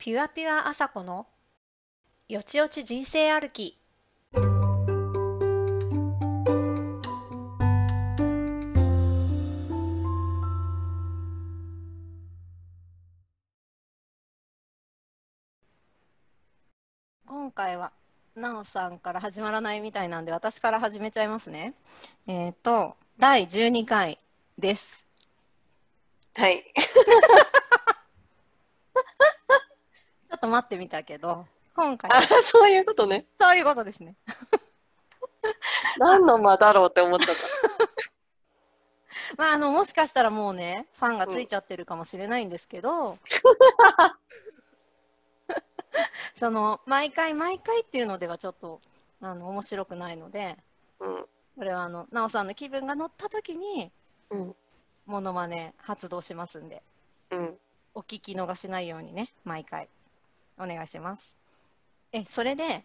ピュアピュア朝子のよちよち人生歩き。今回はなおさんから始まらないみたいなんで私から始めちゃいますね。第12回です。 はい。 ちょっと待ってみたけど、今回はそういうことね。 そういうことですね。 何の間だろうって思っちゃった。 もしかしたらもうね、ファンがついちゃゃってるかもしれないんですけど、毎回毎回っていうのではちょっと面白くないので、これはなおさんの気分が乗った時にモノマネ発動しますんで、お聞き逃しないようにね、毎回お願いします。それで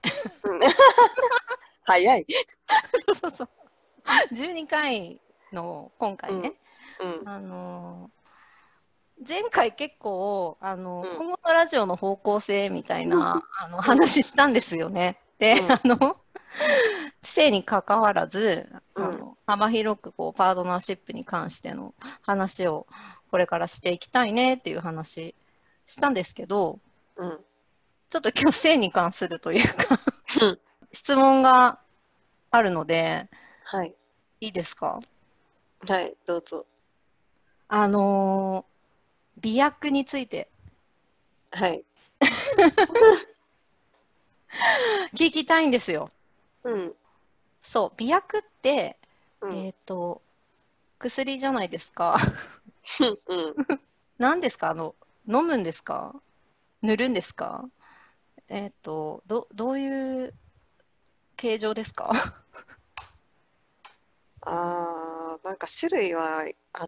早い。 そうそう12回の今回ね、前回結構今後のラジオの方向性みたいな話したんですよね。で、性にかかわらず幅広くこうパートナーシップに関しての話をこれからしていきたいねっていう話したんですけど、ちょっと今日性に関するというか質問があるので、 はい。 いいですか？ はい、どうぞ。 美薬についてはい。 聞きたいんですよ。そう、美薬って、薬じゃないですか。何ですか？飲むんですか？塗るんですか？どういう形状ですか？ なんか種類はあって、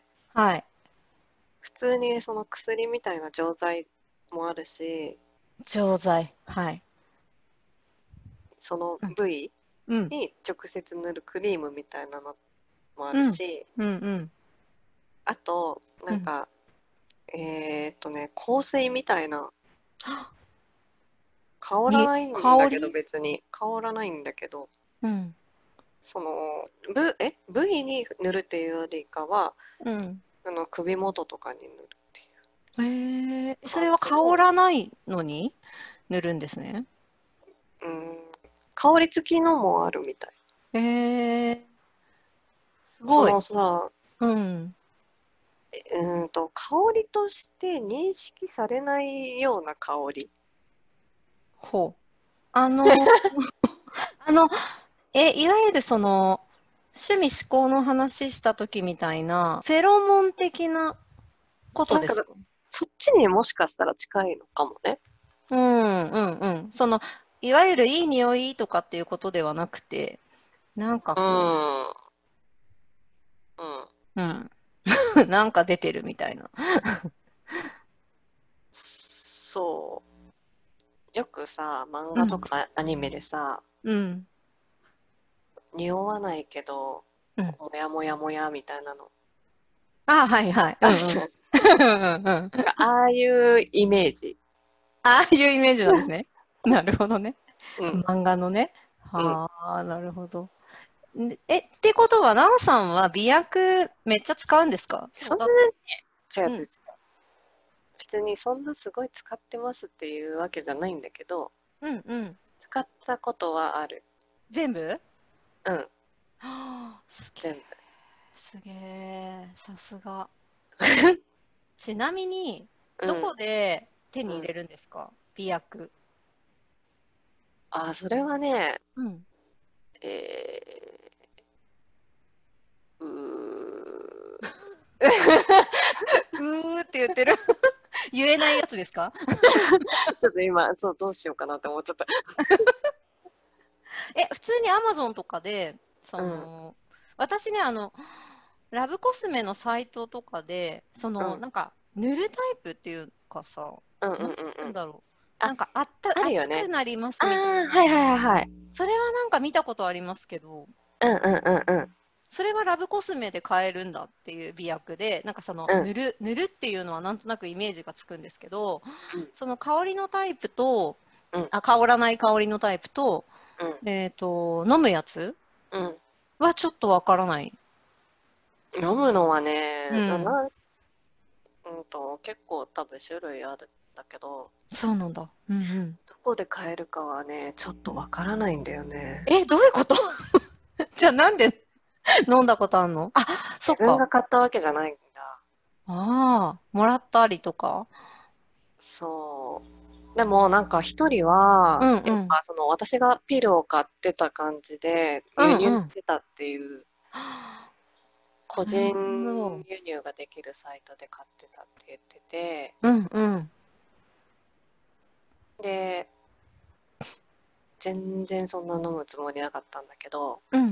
はい。 普通にその薬みたいな錠剤もあるし、 錠剤。はい。 その部位うん。 に直接塗るクリームみたいなのもあるうん。 し、 うん。うん。 あと、 うん。 香水みたいな、香らに、 ないんだけど、 香り。 別に。香らないんだけど、 うん。 その部位に塗るっていうよりかはうん。 首元とかに塗るっていうそれは香感じの、 らないのに塗るんですね。 うん、香り付きのもあるみたい。 すそごい。 のさ、 うん。 香りとして認識されないような香り。 ほう。あの、あの、いわゆる趣味嗜好の話した時みたいな、フェロモン的なことなんかですか？ そっちにもしかしたら近いのかもね。 うん、うん、うん。いわゆるいい匂いとかっていうことではなくて、なんかうこん、うん、 う、うん。なんか出てるみたいな。 そう。よくさ、漫画とうん、 かアニメでさ、 うん、 匂わないけどうん。 もやもやもやみたいなのあ、はいはい。うん、うん。 あるじゃん。 うんうん。 ああいうイメージ。 ああいうイメージなんですね。なるほどね。 うん、 漫画のね。 うん。 はあ、なるほど。ってことは、ナオさんは美薬めっちゃ使うんですか？ そんな、違ううん、 違う違う。別にそんなすごい使ってますっていうわけじゃないんだけど、 うん、うん。 使ったことはある。 全部？ うん、 はあ、すげえ、 全部。 すげえ、さすが。ちなみに、 うん、 どこで手うん。 に入れるんですか？美薬。 それはね、 うん。 えうーうーって言ってる。言えないやつですか？ ちょっと今、そう、どうしようかなって思っちゃった。 普通にアマゾンとかで、 うん、 私ね、ラブコスメのサイトとかで、 うん、 なんか、塗るタイプっていうかさ、 うん、うん、うん。 なんて言うんだろう。 あ、 なんか、熱くあるよね。 なりまあすみたいはいはいな。 はいはい。 それはなんか見たことありますけど、 うんうんうんうん。 それはラブコスメで買えるんだっていう美薬で、なんかそのうん。 塗るっていうのはなんとなくイメージがつくんですけど、 うん。 その香りのタイプと、 うん。 香らない香りのタイプと、 うん。 飲むやつうん。 はちょっとわからない。 飲むのはね、 うん。 結構多分種類あるんだけど、 そうなんだ。うんうん。 どこで買えるかはね、ちょっとわからないんだよね。 どういうこと？じゃあなんで飲んだことあんの？あ、そ自分っか。 が買ったわけじゃないんだ。 ああ、もらったりとか。 そう。でもなんか一人は、 うんうん。 やっぱその私がピルを買ってた感じで輸入うんうん。 してたっていう個なる人ほど。 輸入ができるサイトで買ってたって言ってて、 うんうん。 で、全然そんな飲むつもりなかったんだけど、 うん。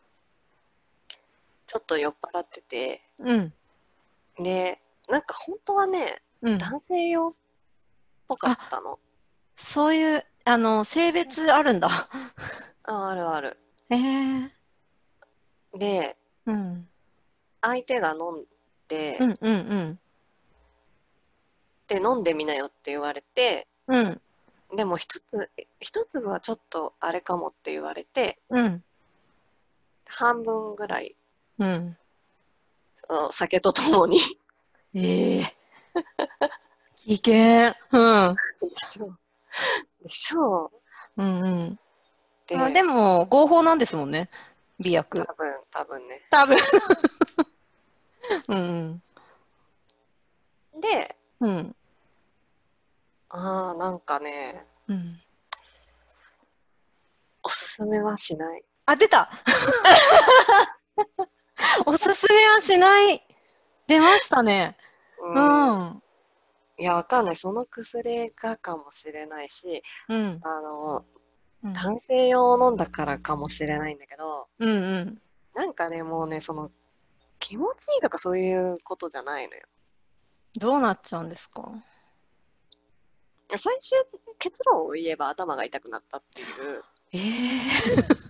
ちょっと酔っ払ってて、 うん。 で、なんか本当はね、 うん。 男性用っぽかっあ、 たの。 そういう、性別あるんだ。 あ、あるある。 ええ。 で、 うん。 相手が飲んで、 うんうんうん。 で、飲んでみなよって言われて、 うん。 でも一粒はちょっとあれかもって言われて、 うん。 半分ぐらい、 うん。 酒とともにええ、危険。うん。 でしょでしょうんうん。でで、 も、合法なんですもんね。美薬。 多分ね。 多分。うんで、 うん。うん。 なんかね、 うん。 おすすめはしない。 あ、出た。おすすめはしない。出ましたね。 ううん。 ん。 いや、わかんない。その薬がかもしれないし、 うん。 あの、 うん。 男性用を飲んだからかもしれないんだけど、 うんうん。 なんかね、もうね、その、気持ちいいとかそういうことじゃないのよ。 どうなっちゃうんですか？ 最終結論を言えば頭が痛くなったっていう。 ええ。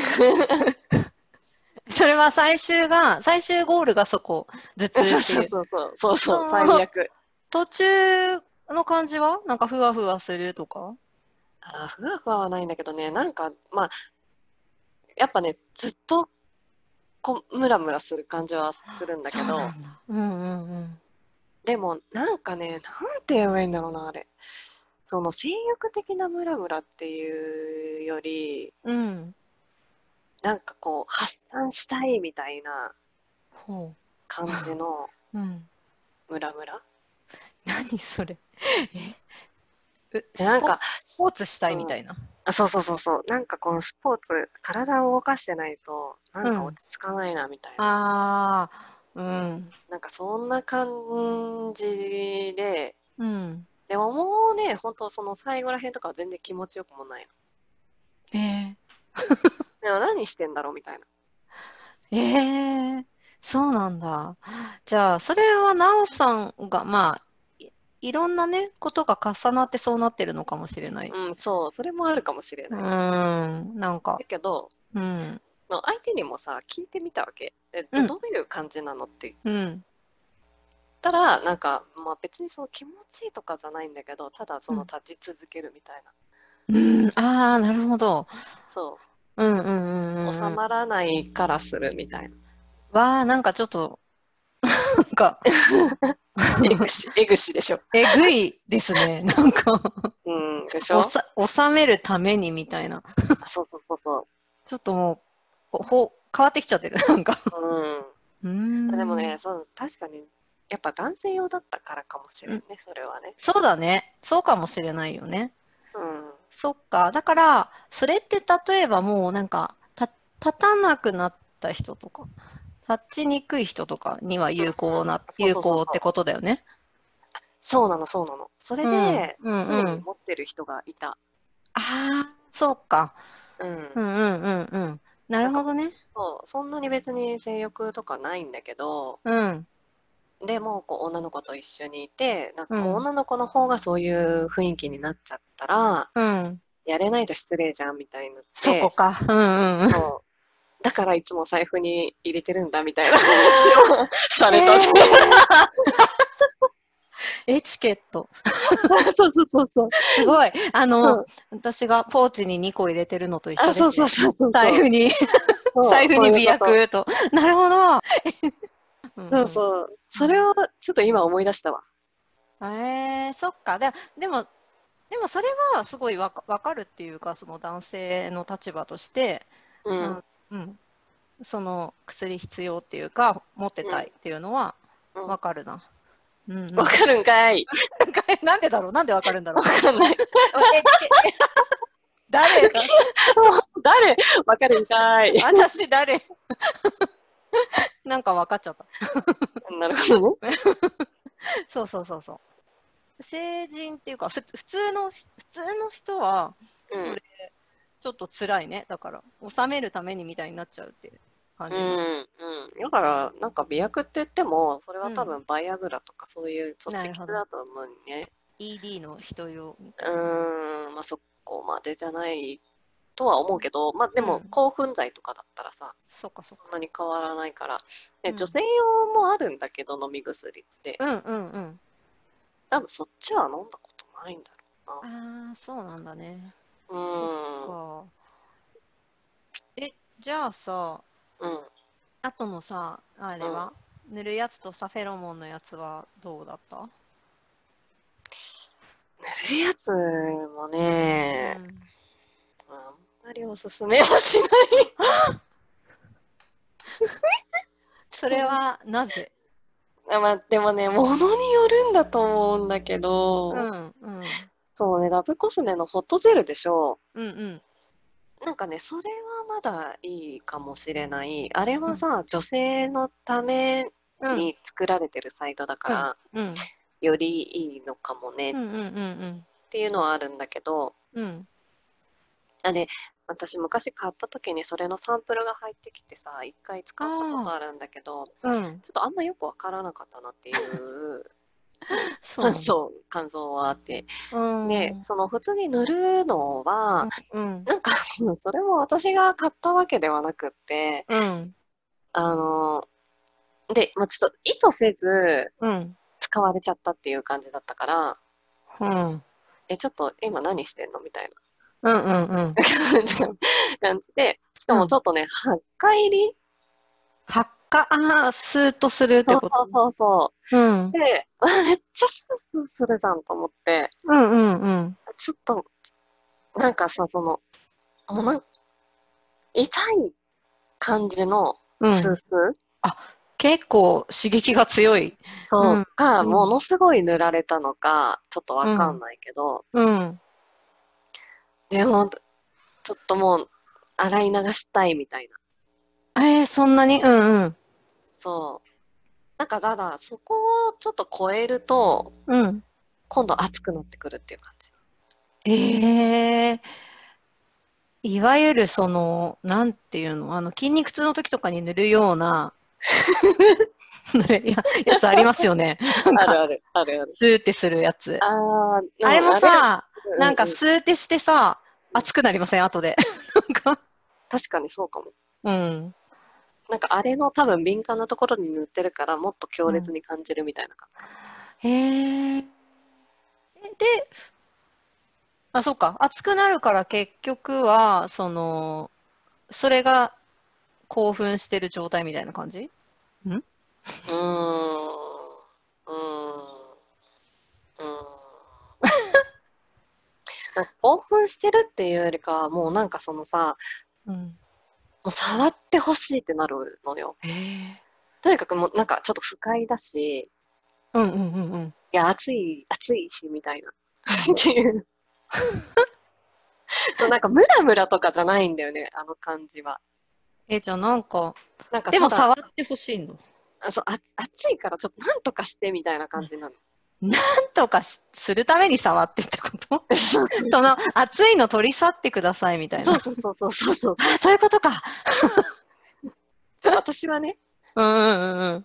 それは最終ゴールがそこ、頭そう痛っていう。 そうそうそう、そうそう、最の悪。 途中の感じはなんかふわふわするとか？ ふわふわはないんだけどね、なんか、まあ、やっぱね、ずっとムラムラする感じはするんだそうなけど、 んだ。うんうんうん。 でも、なんかね、なんて言えばいいんだろうな、あれ。その性欲的なムラムラっていうより、 うん。 なんかこう、発散したいみたいなほ感じのう。うん。 ムラムラ。 何それ。 で、なんか、 スポーツしたいみうん、 たいな。 そうそうそうそう、なんかこのスポーツ、体を動かしてないと、なんか落うん。 ち着かないなみたいな。 ああ、うん。 なんかそんな感じで、 うん。 でももうね、本当その最後らへんとかは全然気持ちよくもないの。 ええ。 でも何してんだろうみたいな。 ええ、そうなんだ。じゃあ、それはなおさんが、まあ、いろんなね、ことが重なってそうなってるのかもしれない。 うん、そう、それもあるかもしれうーない。 ん、なんか、 だけど、 うん、 相手にもさ、聞いてみたわけ。 うん、 どういう感じなのって言っうん、 たら、なんか、まあ別にその気持ちいいとかじゃないんだけど、ただそのうん。 立ち続けるみたいな。 うん、ああ、なるほど。 そうん、うん、うん、うう、 ん。うん。 収まらないからするみたいな。 わあ、なんかちょっと、なんか、 えぐしでしょ。 えぐいですね。なんか、 うん、でしょ。 収めるためにみたいな。 そうそうそうそちょっともう、変わってきちゃってる。なんか。 う。 うーうん。でもね、 ん。 確かに、やっぱ男性用だったからかもしうん、 れんね、それはね。 そうだね。そうかもしれないよね。 うん。 そっか。だから、それって例えばもうなんか、立たなくなった人とか、立ちにくい人とかにはうんうん。そう有そうそうそう。 効ってことだよね。 そうなの、そうなの。それうん、 で、 うん、 常うん。 に持ってる人がいた。 ああ、そうか。 うん。 うん、うん、うん、うん。ななんか、 るほどね。 そんなに別に性欲とかないんだけど、 うん、 でも、こう、女の子と一緒にいて、なんかもううん、 女の子の方がそういう雰囲気になっちゃったら、 うん。 やれないと失礼じゃんみたいになって、 そこか。うん、うん、うん。 そう。 だからいつも財布に入れてるんだみたいな話をされたって。 エチケット。 そうそうそうそう。 すごい。 そう私がポーチに2個入れてるのと一緒あ、 ですね。 そうそうそうそう。 財布に、 そう財布に美そういうこと薬と。なるほど。 そうそう。それをちょっと今思い出したわ。 そっか。でもそれはすごいわかるっていうか、その男性の立場として、 うん。 あうん、その薬必要っていうか、持ってたいっていうのはうんわかるな。うんうん、 わかるんかい。 なんでだろうなんでわかるんだろうわかんない。 誰が誰わかるんかい。 私誰なんかわかっちゃった。 なるほどね。 そうそうそうそう。成人っていうか、普通の人は、 うんそれ、ちょっと辛いね。だから、収めるためにみたいになっちゃうっていう感じ。 うん、うん。だから、なんか、美薬って言っても、それは多うん分、バイアグラとか、そういう、そっち系なるほど。 だと思うね。 ED の人用みたいな。 まあ、そこまでじゃないとは思うけど、まあ、でも、興奮剤とかだったらさ、 そっかそっか。 そんなに変わらないから。 うん女性用もあるんだけど、飲み薬って。 うんうんうん。 多分、そっちは飲んだことないんだろああ、そうなんだね。 うな。 そっか。じゃあさ、 うん。 後のさ、あれは、塗るやつとさ、フェロモンのやつはどうだった？ 塗るやつもね、 ん。 あんまりおすすめはしない。 それはなぜ？ まあ、でもね、ものによるんだと思うんだけど、 うんうんそうね、ラブコスメのホットジェルでしょ。 うんなんかね、それはまだいいかもしれない。あれはさ、女性のためうんに作られてるサイトだかうんら、 うんよりいいのかもねっうんうんうんていうのはあるんだけど、 うんで、私昔買った時にそれのサンプルが入ってきてさ、一回使ったことあるんだけど、ちうん。 ょっとあんまよくわからなかったなっていうそうなんだ。 感想はあって。で、 うんその普通に塗るのは、 うんなんか、それも私が買ったわけではなくって、 うんあの、で、まあ、ちょっと意図せずうん使われちゃったっていう感じだったから、 うんちょっと今何してんのみたいうんうんな感じで、しかうんもちょっとね、8回入り発火、スーッとするってこと？ そうそうそうそうんう。で、めっちゃスースーするじゃんと思って、 うんうんうんちょっと、なんかさ、もう痛い感じのうん。 スースーあ、結構刺激が強い。うそう、 んもうんのすごい塗られたのか、ちょっとわうんかんないけど、 うんでも、ちょっともう、洗い流したいみたいな。 そんなにうんうんそう。なんか、ただ、そこをちょっと超えると、 うん今度熱くなってくるっていう感じ。 ええいわゆるその、なんていうの、筋肉痛の時とかに塗るような、やつありますよね。なんか、 あるある、あるある。 スーってするやつ。 であれももあれ、 さ、なんかうんうん、 スーってしてさ、熱くなりません後で。なんか、 確かにそうかも。 うん。 なんかあれの多分敏感なところに塗ってるからもっと強烈うん、 に感じるみたいな感じかへえ。で、そうか。熱くなるから結局は、それが興奮してる状態みたいな感じ？ な。うーん。なんか興奮してるっていうよりかは、もうなんかそのさ、 うん。 もう触ってほしいってなるのよ。 へえ。 とにかくもうなんかちょっと不快だし、 うんうんうんうん。 いや、暑いし、みたいな。 うん。 っていう。そうなんかムラムラとかじゃないんだよね、あの感じは。 じゃあなんか、でもなんかただ、 触ってほしいの？ 暑いからちょっとなんとかしてみたいな感じなの。 なんとかするために触ってってこと？ そうそうその、熱いの取り去ってくださいみたいな。 そうそうそうそうそうそう。 そういうことか。 私はね、 うんうんうん。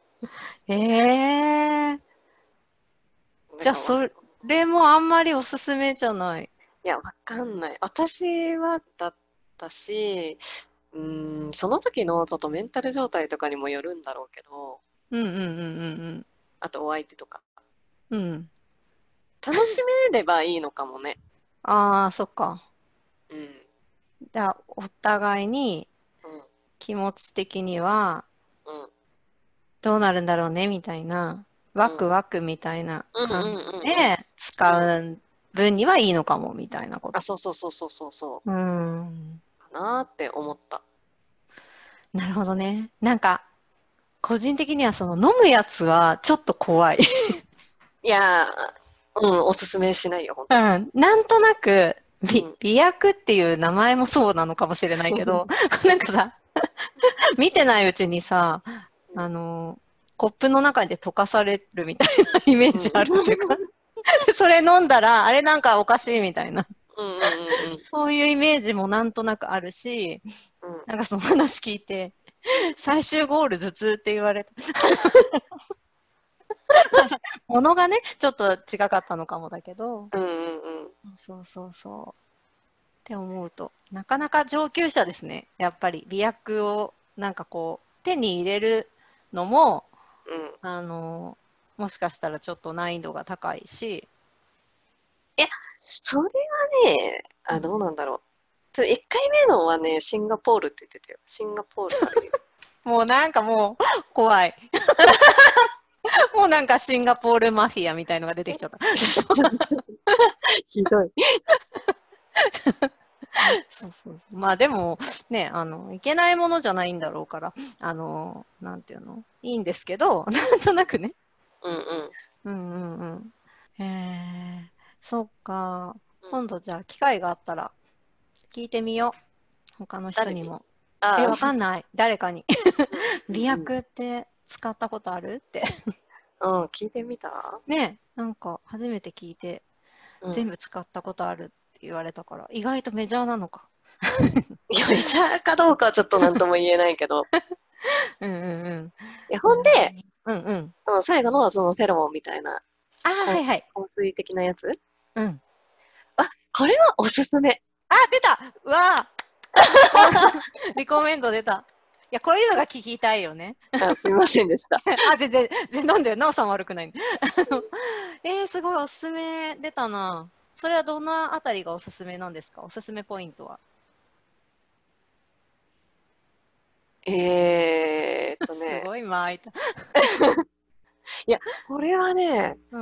じゃあ、 なんかそれもあんまりおすすめじゃない。 いや、わかんない。私はだったし、 その時のちょっとメンタル状態とかにもよるんだろうけど、 うんうんうんあとお相手とか。 うんうん。 楽しめればいいのかもね。 ああ、そっか。 うん。 じゃあ、お互いにうん。 気持ち的にはうん。 どうなるんだろうね、みたいな、ワクうん。 ワクみたいなうんうん感じうんでうん。うん。 使う分にはいいのかも、みたいなこあ、 と。 そうそうそうそうそうそうーん。 う。かなーって思った。 なるほどね。なんか、個人的にはその飲むやつはちょっと怖い。 いやー、おすすめしないよ、本当に。 うん。なんとなく、 うん。 美薬っていう名前もそうなのかもしれないけど、なんかさ、見てないうちにさ、あの、コップの中で溶かされるみたいなイメーうん。 ジあるっていうか、それ飲んだら、あれなんかおかしいみたいな、 うんうんうんうん。 そういうイメージもなんとなくあるし、 うん。 なんかその話聞いて、最終ゴール頭痛って言われた。ものがね、ちょっと違かったのかもだけど、 うんうんうん。 そうそうそう。って思うと、なかなか上級者ですね。やっぱり、美薬をなんかこう、手に入れるのも、 うん。 もしかしたらちょっと難易度が高いし、 いや、それはね、どうなんだろう。1回目のはね、シンガポールって言ってたよ。シンガポールから入れる。 もうなんかもう怖い。もうなんかシンガポールマフィアみたいのが出てきちゃった。 ひどい。 そうそうそう。まあでもね、いけないものじゃないんだろうから、なんていうの、いいんですけど、なんとなくね。 うんうん。 うんうんうん。そっか。 うん。 今度じゃあ機会があったら聞いてみよう。他の人誰に？ にも。 ああ、 わかんない。誰かに。 うん美うんうん。 薬って使ったことあるって。 うん、聞いてみたら？ ね、なんか初めて聞いて、 うん。 全部使ったことあるって言われたから、意外とメジャーなのか。 いや、メジャーかどうかはちょっと何とも言えないけど。 うんうんうん。 いや、ほんで、 うんうん。 最後のそのフェロモンみたいな、 ああ、はいはい。 香水的なやつ。 うん。 あ、これはおすすめ。 あ、出たうわリコ、リコメンド出た。いや、こういうのが聞きたいよね。 あ、すみませんでした。 あ、全然、なんで、なおさん悪くない。すごいおすすめ出たな。それはどんなあたりがおすすめなんですか？おすすめポイントは。すね。 ごい巻いた。 いや、これはね、 うん。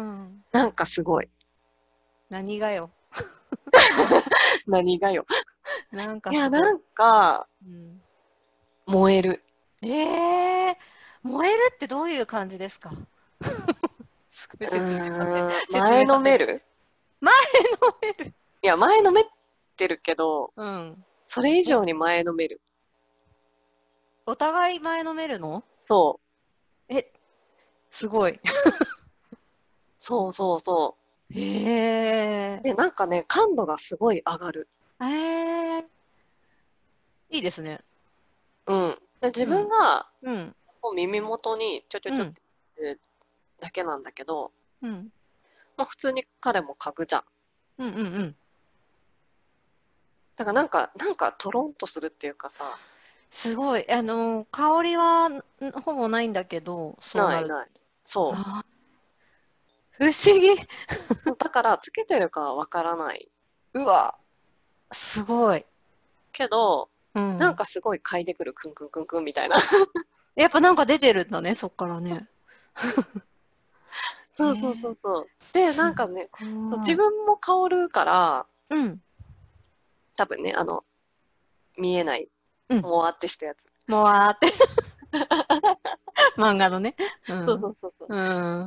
なんかすごい。 何がよ。 何がよ。 なんいや、 かすごい。 なんか、 うん、 燃える。 燃えるってどういう感じですか？すごい説前明させて。 のめる。 前のめる。 いや、前のめってるけど、 うん。 それ以え、 上に前のめる。 お互い前のめるの？ そう。 え、すごい。 そうそうそへう。 え。 で、なんかね、感度がすごい上がる。 えいいですね。 うん。で、自うん。 分がうん。 もう耳元にちょちょうん。 ちょって言ってるだけなんだけど、 うん。 まあ普通に彼も嗅ぐじゃん。 うん。うん。うん。 だからなんかトロンとするっていうかさ、 すごい。香りはほぼないんだけど、そうなる。 ないない。そあ不思議。 う。だからつけてるかはわからない。 うわ、すごい。 けど、なんうん。 かすごい嗅いでくる、クンクンクンクンみたいな。 やっぱなんか出てるんだね、そっからね。 そうそうそうえそう。で、 すなんかね、自ごい。 分も香るから、 うん。 多分ね、見えない、 うん。 もわってしたやつ。 もわーって漫画のね。うそうん。 そうそうそう。 うん。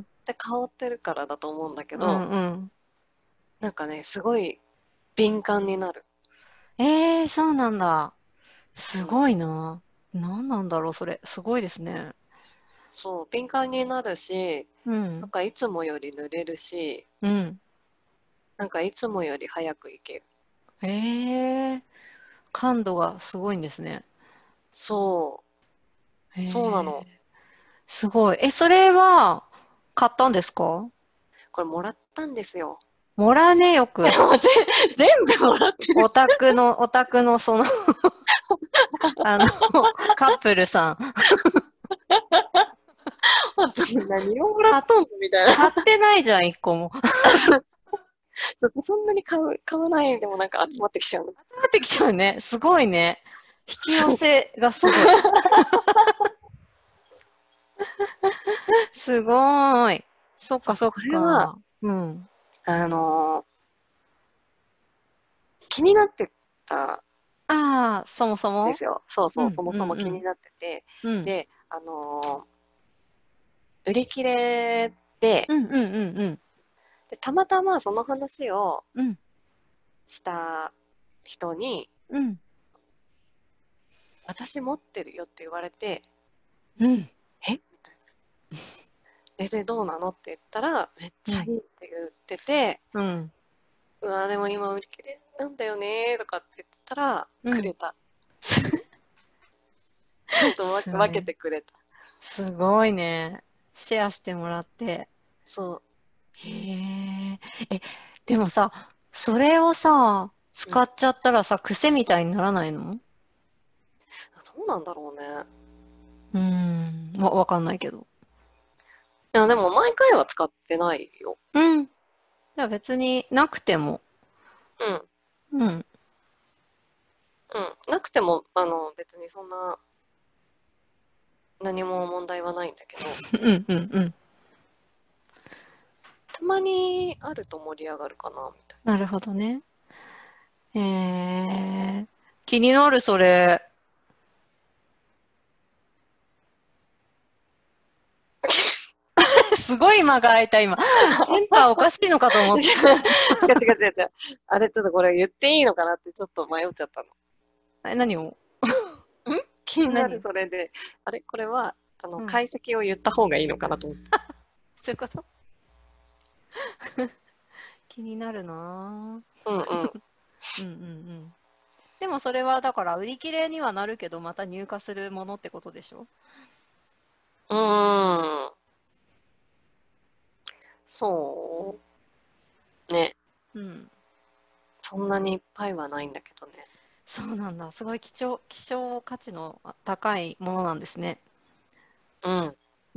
で、香ってるからだと思うんだけうど、 んうん。 なんかね、すごい敏感になる。 そうなんだ。 うん。 すごいな。何なんだろう、それ。すごいですね。 そう、敏感になるし、 うん。 なんかいつもより濡れるし、 うん。 なんかいつもより早く行ける。 ええ感度がすごいんですね。 そう、そうなの。 すごい。それは、買ったんですか？ これもらったんですよ。 もらうね、よく。 全部もらってる。 オタクのそのカップルさん。 本当に何をもらっとんのみたいな。 買ってないじゃん、一個も。 そんなに買わないでもなんか集まってきちゃうの。 集まってきちゃうね。すごいね。引き寄せがすごい。すごい。そっかそっこれは、 か。うん。 あの気になってたああ、そもそも。 んですよ。そうそう、 うん、 そもうん、うん。 そも気になってて。 うん、 で、売り切れで、 うん、うん、うん、うん。 で、たまたまその話をうん、 した人に、 うん、 私持ってるよって言われて、 うん、 えみたいな。で、どうなのって言ったら、めっうん、 ちゃいいって言ってて、 うん、 うわ、でも今売り切れなんだよねとかって言ってたら、 うん。 くれた。ちゃんと分けてくれた。 すごいね。シェアしてもらって。 そへえ。え、でもさ、それをさ、 う。うん。 使っちゃったらさ、癖みたいにならないの？ そうなんだろうね。 わかんないけど。 いや、でも毎回は使ってないよ。 うん。じゃあ別になくても。 うん。 うん。 うん。なくても、別にそんな何も問題はないんだけど、 うん、うん、うん。 たまにあると盛り上がるかな、みたいなるほどね。気になる、それ。すごい間が空いた、今。電波おかしいのかと思な。 った。 違う。あれ、ちょっとこれ言っていいのかなってちょっと迷っちゃったの。 何を？ 気になる、 何？ それで。あれ、これは、 うん。 解析を言った方がいいのかなと思って。 そういうこと？気になるなうんうん。 ぁ。うんうんうん。でもそれはだから売り切れにはなるけど、また入荷するものってことでしょ？ うーん。そうね。 うん。 そんなにいっぱいはないんだけどね。 そうなんだ。すごい希少価値の高いものなんですね。 うん。 うん。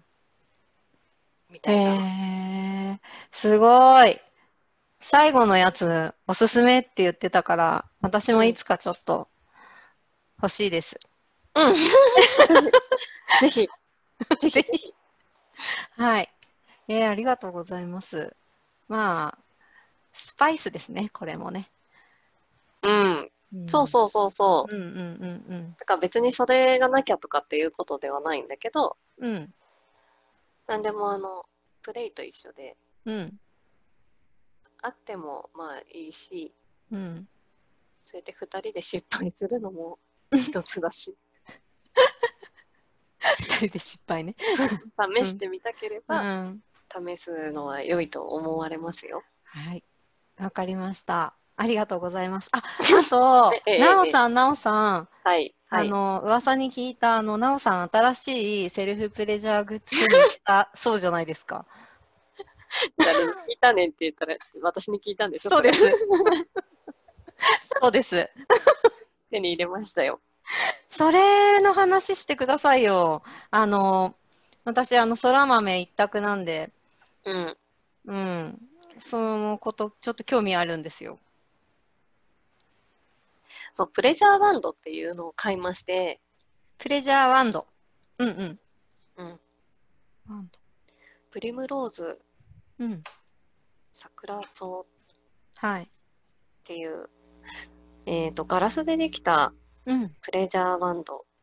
へみたいだ。 え、すごい。最後のやつ、おすすめって言ってたから、私うん。 もいつかちょっと欲しいです。 うん。ぜひ、 ぜひ。 ぜひ。 はい。ありがとうございます。まあ、スパイスですね、これもね。 うん。 うん。 そうそうそうそう。 うんうんうんうん。 だから別にそれがなきゃとかっていうことではないんだけど、 うん。 なんでもプレイと一緒で、 うん。 あってもまあいいし、 うん。 それで二人で失敗するのも一つだし、 二人で失敗ね。うん。 試してみたけれうば、 ん。 試すのは良いと思われますよ。 はい。わかりました。ありがとうございます。あと、 ええ、 なおさん、 はい、はい。 噂に聞いた、なおさん、新しいセルフプレジャーグッズ手に入れたそうじゃないですか。 誰に聞いたねんって言ったら、私に聞いたんでしょ、それ。 そうです。そうです。 手に入れましたよ。 それの話してくださいよ。私、そら豆一択なんで、 うん。 うん。そのこと、ちょっと興味あるんですよ。 そう、プレジャーバンドっていうのを買いまして、 プレジャーワンド。うんうん。 うん。 ワンド。 プリムローズ、 うん。 桜草っはい。 ていう、ガラスでできたうん。 プレジャーバンド。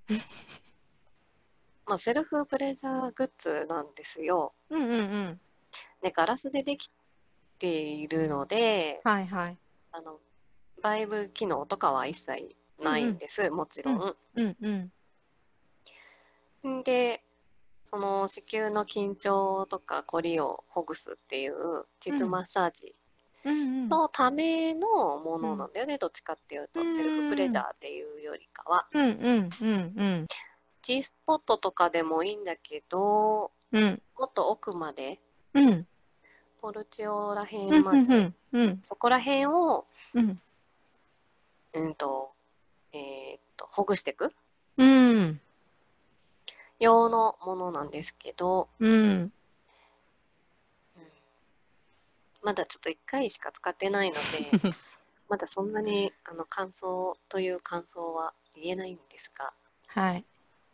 まあ、セルフプレジャーグッズなんですよ。 うんうんうん。 で、ガラスでできているので、 はいはい。 あの、バイブ機能とかは一切うんうん。 ないんです、もちろうんうんうん。 ん。で、その子宮の緊張とかコリをほぐすっていう膣マうんッサージうんうん。 のためのもうん。 のなんだよね、どっちかっていううと、セルフプレん。 ジャーっていうよりかは。 うんうんうんうん。 G スポットとかでもいいんだけど、 うん。 もっと奥まで、 うん。 ポルチオらへうんんまで、 うんうん。 そこら辺を、 うん。 うんと、えーっと、 ほぐしていくうん。 用のものなんですけど、 うん。 うん、まだちょっと1回しか使ってないので、まだそんなに感想という感想は言えないんですが、 はい。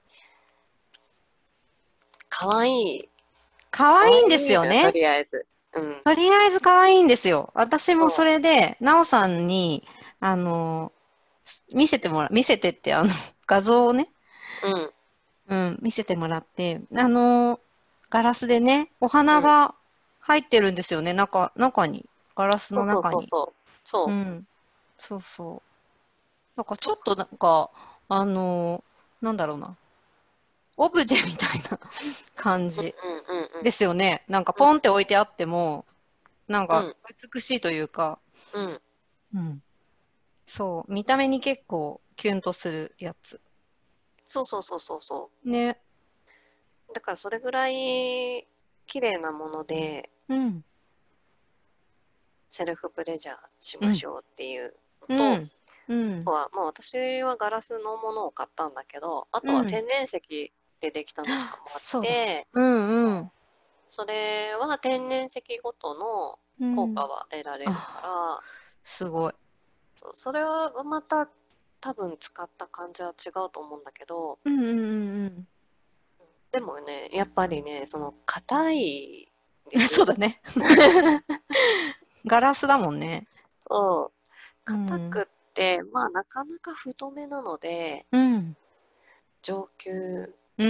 かわいい。 可かわ愛いんですいいのよ、とよね。 りあえず。うん。 とりあえず可愛いんですよ。私もそそれで、なおさんに、あの、見せてって、画像をね、 う。うん。 うん、見せてもらって、ガラスでね、お花うん。 が入ってるんですよね、中に。ガラスそうそうの中に。 そうそう。そうん。そうそう。なんかちょっとなんか、あの、なんだろうな。オブジェみたいな感う。 じうんうんうんですよね。なんかうん。 ポンって置いてあっても、なんかうん。 美しいというか、 うん。 うん。そう。見た目に結構キュンとするやつ。 そうそうそうそうそね。 う。だからそれぐらい綺麗なもので、 うん。 セルフプレジャーしうん。 ましょうっていうのと、 うん。うん。 あとは、まあ私はガラスのものを買ったんだけど、あとはうん。 天然石でできたのとかもあっそうだ。 て、 うんうん。 それは天然石ごとの効果うん。 は得られるかあ、 ら、 すごい。 それはまた多分使った感じは違うと思うんだけど、 うんうんうんでもね、やっぱりね、その硬いんでうん。 すよ。 そうだね。ガラスだもんね。 そう。 うん。 硬くって、まあなかなか太めなので、 うん。 上級うん。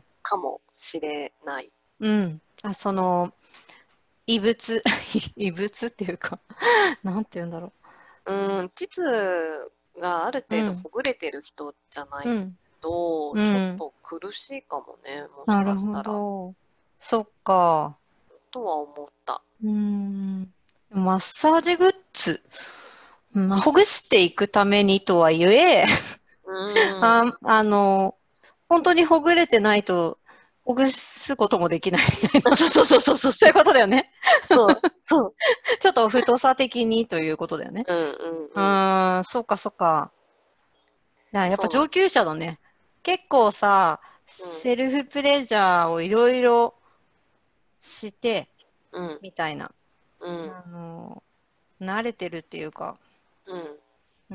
かもしれない。 うん。あ、異物、異物っていうか、なんて言うんだろ膣があるう。う程度ん。 ほぐれてる人じゃないうん。 と、ちょっうん。 と苦しいかもね、もしなるほかしたら。 ど。そっか。 とは思った。 うん。マッサージグッズ。まあ、ほぐしていくためにとはいえ、 うーん。 本当にほぐれてないと、ほぐすこともできないみたいな。 そうそうそうそうそうそういうそう。 ことだよね。 そう。そう。 ちょっと太さ的にということだよね。 うんうんううん。 ーん、そっかそっか。やっぱそうなん。 上級者だね。結構さ、 うん。 セルフプレジャーをいろいろして、 うん。 みたいな。 うん。 あの、慣れてるっていうか、 うん。 うん、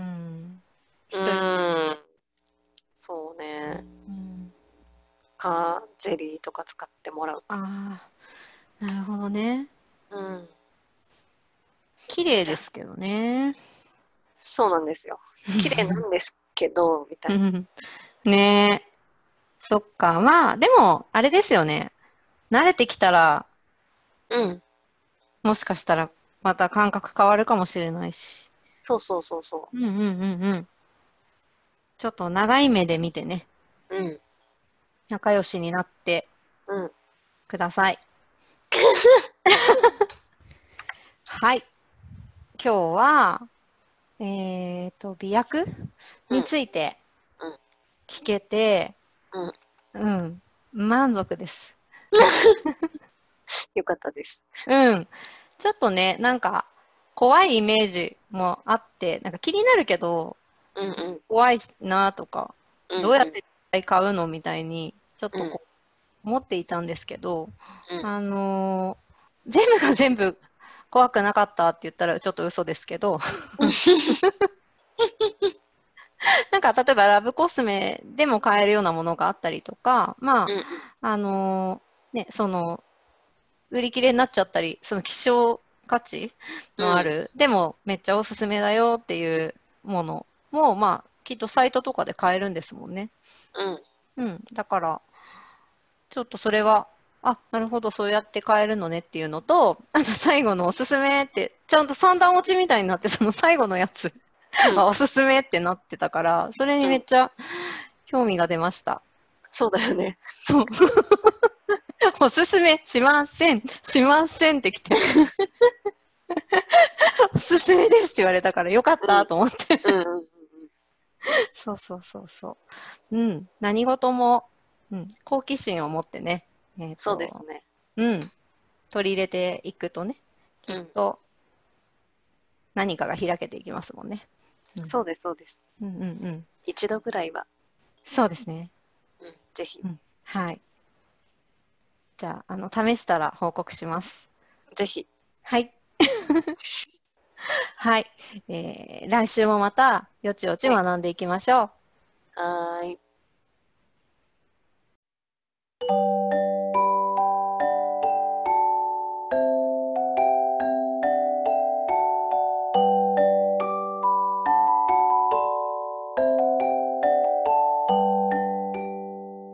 う人に、 ーん。そうね。 うん、 ゼリーとか使ってもらうか。 ああ、なるほどね。 うん。 綺麗じゃあ、 ですけどね。 そうなんですよ。綺麗なんですけど、みたいねえ。そっか。まあ、でも、あれですよね。慣れてきたら、 な。うん。 もしかしたら、また感覚変わるかもしれないし。 そうそうそうそうんうんうんうん。ちょっと長い目で見てね、 う。うん。 仲良しになってうん。 ください。はい。今日は、美薬にうん。 ついてうん。 聞けて、 うん。 うん、満足です。 よかったです。 うん。ちょっとね、なんか、怖いイメージもあって、なんか気になるけど、 うんうん。 怖いなとか、 うんうん。 どうやって買うのみたいに、ちょっうん。 と思っていたんですけど、 うん。 全部が全部怖くなかったって言ったらちょっと嘘ですけど、なんか例えばラブコスメでも買えるようなものがあったりとか、まうんあ、ね、売り切れになっちゃったり、その希少価値うん。 のある、でもめっちゃおすすめだよっていうものも、まあ、きっとサイトとかで買えるんですもんね。 うん。 うん。だから、ちょっとそれは、あ、なるほど、そうやって買えるのねっていうのと、あと最後のおすすめって、ちゃんと三段落ちみたいになって、その最後のやつうん。 あ、おすすめってなってたから、それにうん。 めっちゃ興味が出ました。 そうだよね。 そう。おすすめしません、しませんって来て、おすすめですって言われたからよかっうん。 たと思って。 うんうんうんうん。 そうそうそうそう。うん。何事も、うん、好奇心を持ってね、 そうですね。 うん、取り入れていくとね、きうん。 っと何かが開けていきますもんね。 そうです、そうです。 うんうんうん。 一度ぐらいは、 そうですね。 ぜひ、 はい。じゃあ、試したら報告します。 ぜひ。 はい。はい。来週もまた、よちよちはい。 学んでいきましょう。 はーい。